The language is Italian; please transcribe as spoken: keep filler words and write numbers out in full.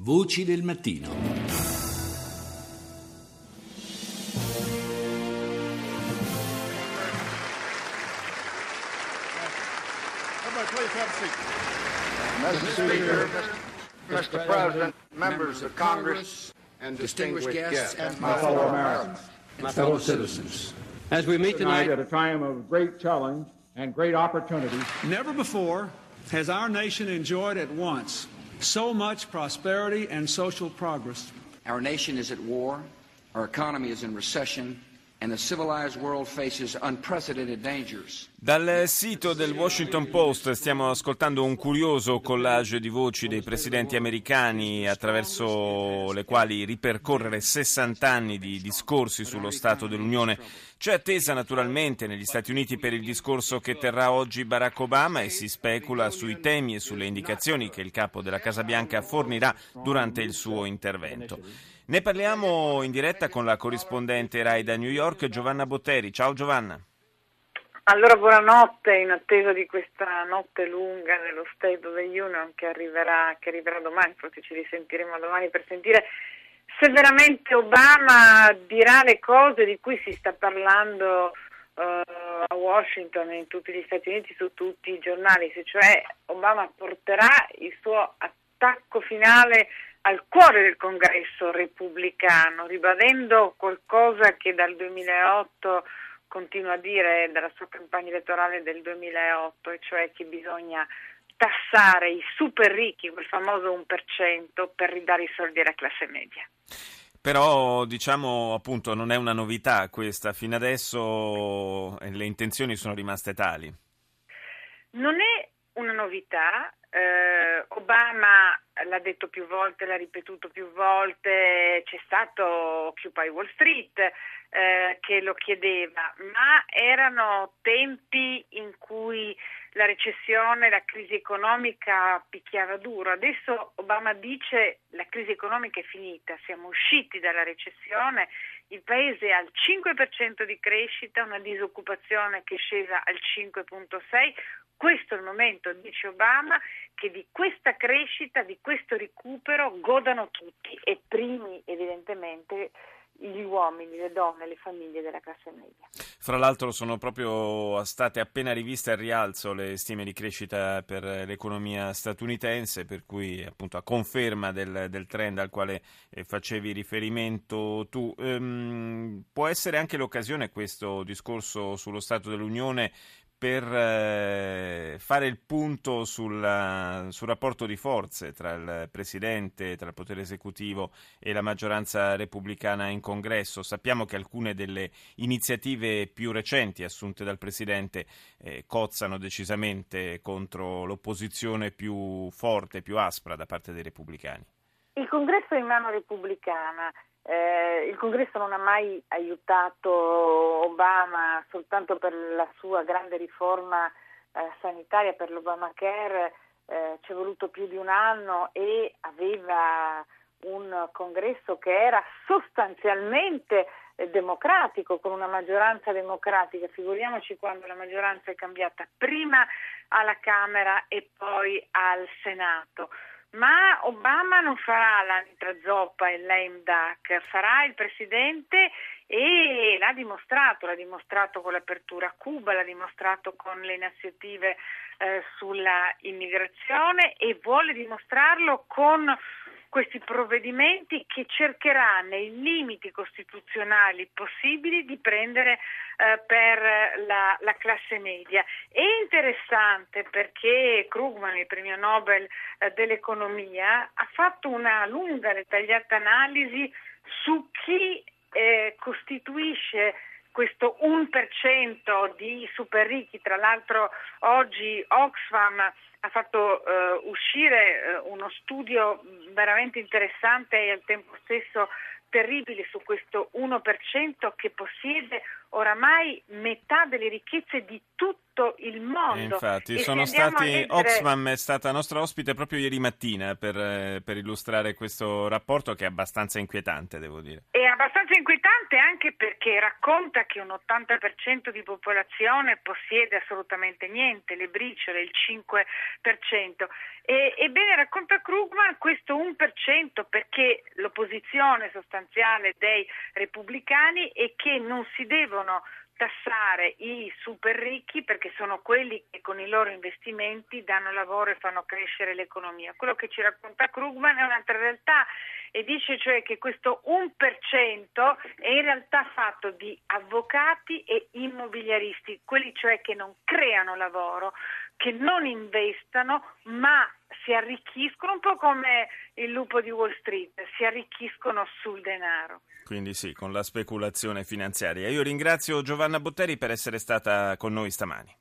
Voci del mattino. Mister Speaker, Mister President, members of Congress, and distinguished guests, and my fellow Americans, my fellow citizens. As we meet tonight at a time of great challenge and great opportunity. Never before has our nation enjoyed at once so much prosperity and social progress. Our nation is at war, our economy is in recession, and the civilized world faces unprecedented dangers. Dal sito del Washington Post stiamo ascoltando un curioso collage di voci dei presidenti americani attraverso le quali ripercorrere sessanta anni di discorsi sullo Stato dell'Unione. C'è attesa naturalmente negli Stati Uniti per il discorso che terrà oggi Barack Obama e si specula sui temi e sulle indicazioni che il capo della Casa Bianca fornirà durante il suo intervento. Ne parliamo in diretta con la corrispondente Rai da New York, Giovanna Botteri. Ciao Giovanna. Allora buonanotte, in attesa di questa notte lunga dello State of the Union che arriverà, che arriverà domani, forse ci risentiremo domani per sentire se veramente Obama dirà le cose di cui si sta parlando uh, a Washington e in tutti gli Stati Uniti, su tutti i giornali, se cioè Obama porterà il suo attacco finale al cuore del Congresso repubblicano, ribadendo qualcosa che dal duemilaotto continua a dire, dalla sua campagna elettorale del duemilaotto, e cioè che bisogna tassare i super ricchi, quel famoso uno per cento, per ridare i soldi alla classe media. Però diciamo appunto non è una novità questa, fino adesso le intenzioni sono rimaste tali. Non è una novità, eh, Obama l'ha detto più volte, l'ha ripetuto più volte, c'è stato Occupy Wall Street eh, che lo chiedeva, ma erano tempi in cui la recessione, la crisi economica picchiava duro. Adesso Obama dice la crisi economica è finita, siamo usciti dalla recessione, il paese ha il cinque per cento di crescita, una disoccupazione che è scesa al cinque virgola sei per cento. Questo è il momento, dice Obama, che di questa crescita, di questo recupero godano tutti, e primi evidentemente gli uomini, le donne, le famiglie della classe media. Fra l'altro sono proprio state appena riviste al rialzo le stime di crescita per l'economia statunitense, per cui appunto a conferma del, del trend al quale eh, facevi riferimento tu. Ehm, può essere anche l'occasione, questo discorso sullo Stato dell'Unione, per eh, fare il punto sul, sul rapporto di forze tra il Presidente, tra il potere esecutivo e la maggioranza repubblicana in Congresso. Sappiamo che alcune delle iniziative più recenti assunte dal Presidente eh, cozzano decisamente contro l'opposizione più forte, più aspra da parte dei repubblicani. Il Congresso è in mano repubblicana. Eh, il Congresso non ha mai aiutato Obama soltanto per la sua grande riforma eh, sanitaria, per l'Obamacare, eh, ci è voluto più di un anno e aveva un Congresso che era sostanzialmente eh, democratico, con una maggioranza democratica. Figuriamoci quando la maggioranza è cambiata prima alla Camera e poi al Senato. Ma Obama non farà l'anitra zoppa e il lame duck, farà il presidente, e l'ha dimostrato, l'ha dimostrato con l'apertura a Cuba, l'ha dimostrato con le iniziative eh, sulla immigrazione, e vuole dimostrarlo con questi provvedimenti che cercherà nei limiti costituzionali possibili di prendere eh, per la, la classe media. È interessante perché Krugman, il premio Nobel eh, dell'economia, ha fatto una lunga, dettagliata analisi su chi eh, costituisce questo uno per cento di super ricchi. Tra l'altro oggi Oxfam ha fatto uh, uscire uh, uno studio veramente interessante e al tempo stesso terribile su questo uno per cento che possiede oramai metà delle ricchezze di tutto tutto il mondo. E infatti, e sono se stati, leggere... Oxfam è stata nostra ospite proprio ieri mattina per, eh, per illustrare questo rapporto che è abbastanza inquietante, devo dire. È abbastanza inquietante anche perché racconta che un ottanta per cento di popolazione possiede assolutamente niente, le briciole, il cinque per cento. E, ebbene, racconta Krugman questo uno per cento perché l'opposizione sostanziale dei repubblicani è che non si devono tassare i super ricchi perché sono quelli che con i loro investimenti danno lavoro e fanno crescere l'economia. Quello che ci racconta Krugman è un'altra realtà e dice cioè che questo uno per cento è in realtà fatto di avvocati e immobiliaristi, quelli cioè che non creano lavoro, che non investano ma si arricchiscono, un po' come il lupo di Wall Street, si arricchiscono sul denaro. Quindi sì, con la speculazione finanziaria. Io ringrazio Giovanna Botteri per essere stata con noi stamani.